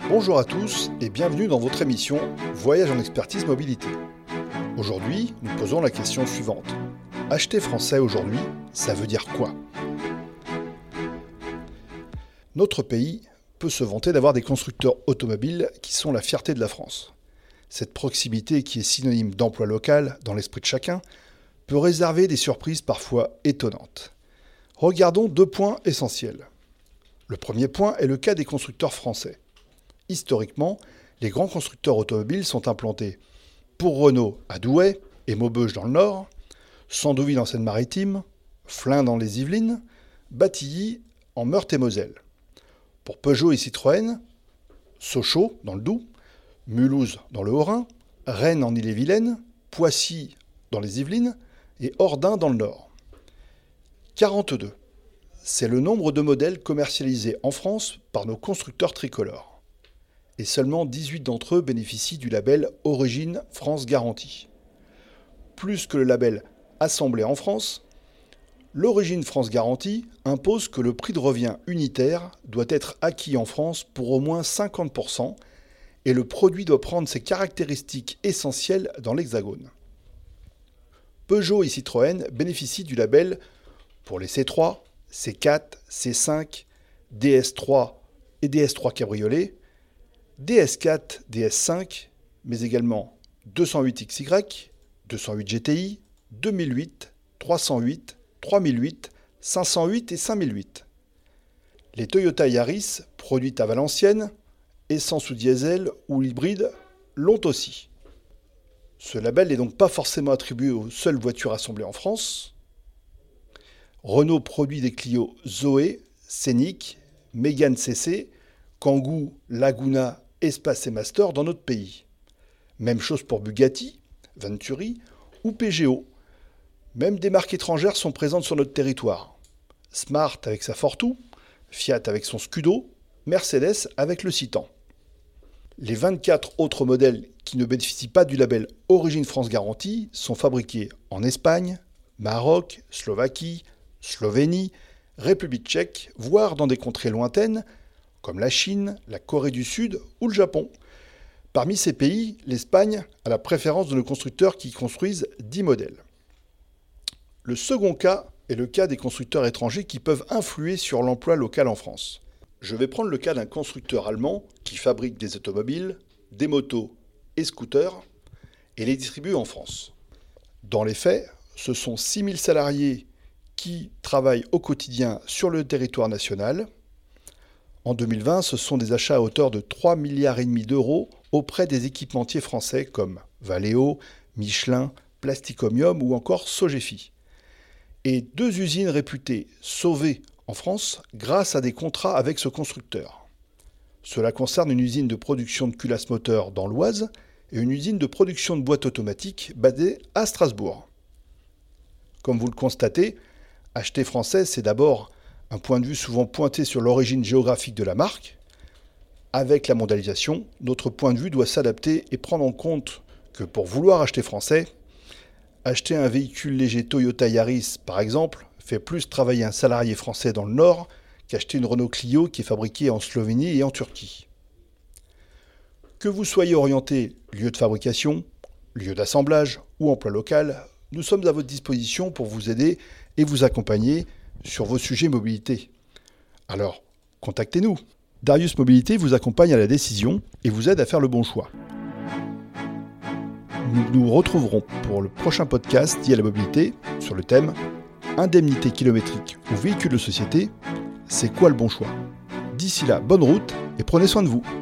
Bonjour à tous et bienvenue dans votre émission Voyage en expertise mobilité. Aujourd'hui, nous posons la question suivante. Acheter français aujourd'hui, ça veut dire quoi ? Notre pays peut se vanter d'avoir des constructeurs automobiles qui sont la fierté de la France. Cette proximité qui est synonyme d'emploi local dans l'esprit de chacun peut réserver des surprises parfois étonnantes. Regardons 2 points essentiels. Le premier point est le cas des constructeurs français. Historiquement, les grands constructeurs automobiles sont implantés pour Renault à Douai et Maubeuge dans le Nord, Sandouville en Seine-Maritime, Flins dans les Yvelines, Batilly en Meurthe-et-Moselle. Pour Peugeot et Citroën, Sochaux dans le Doubs, Mulhouse dans le Haut-Rhin, Rennes en Ille-et-Vilaine, Poissy dans les Yvelines et Ordin dans le Nord. 42. C'est le nombre de modèles commercialisés en France par nos constructeurs tricolores. Et seulement 18 d'entre eux bénéficient du label Origine France Garantie. Plus que le label Assemblé en France, l'Origine France Garantie impose que le prix de revient unitaire doit être acquis en France pour au moins 50% et le produit doit prendre ses caractéristiques essentielles dans l'Hexagone. Peugeot et Citroën bénéficient du label pour les C3, C4, C5, DS3 et DS3 Cabriolet, DS4, DS5, mais également 208XY, 208 GTI, 2008, 308, 3008, 508 et 5008. Les Toyota Yaris, produites à Valenciennes, essence ou diesel ou hybride, l'ont aussi. Ce label n'est donc pas forcément attribué aux seules voitures assemblées en France. Renault produit des Clio Zoé, Scénic, Mégane CC, Kangoo, Laguna, Espace et Master dans notre pays. Même chose pour Bugatti, Venturi ou Peugeot. Même des marques étrangères sont présentes sur notre territoire. Smart avec sa Fortwo, Fiat avec son Scudo, Mercedes avec le Citan. Les 24 autres modèles qui ne bénéficient pas du label Origine France Garantie sont fabriqués en Espagne, Maroc, Slovaquie, Slovénie, République tchèque, voire dans des contrées lointaines comme la Chine, la Corée du Sud ou le Japon. Parmi ces pays, l'Espagne a la préférence de nos constructeurs qui construisent 10 modèles. Le second cas est le cas des constructeurs étrangers qui peuvent influer sur l'emploi local en France. Je vais prendre le cas d'un constructeur allemand qui fabrique des automobiles, des motos et scooters et les distribue en France. Dans les faits, ce sont 6000 salariés qui travaillent au quotidien sur le territoire national. En 2020, ce sont des achats à hauteur de 3,5 milliards d'euros auprès des équipementiers français comme Valeo, Michelin, Plasticomium ou encore Sogefi. Et 2 usines réputées sauvées en France grâce à des contrats avec ce constructeur. Cela concerne une usine de production de culasses moteurs dans l'Oise et une usine de production de boîtes automatiques basée à Strasbourg. Comme vous le constatez, acheter français, c'est d'abord un point de vue souvent pointé sur l'origine géographique de la marque. Avec la mondialisation, notre point de vue doit s'adapter et prendre en compte que pour vouloir acheter français, acheter un véhicule léger Toyota Yaris, par exemple, fait plus travailler un salarié français dans le Nord qu'acheter une Renault Clio qui est fabriquée en Slovénie et en Turquie. Que vous soyez orienté lieu de fabrication, lieu d'assemblage ou emploi local, nous sommes à votre disposition pour vous aider et vous accompagner sur vos sujets mobilité. Alors, contactez-nous. Darius Mobilité vous accompagne à la décision et vous aide à faire le bon choix. Nous nous retrouverons pour le prochain podcast lié à la mobilité sur le thème Indemnité kilométrique ou véhicule de société, c'est quoi le bon choix ? D'ici là, bonne route et prenez soin de vous.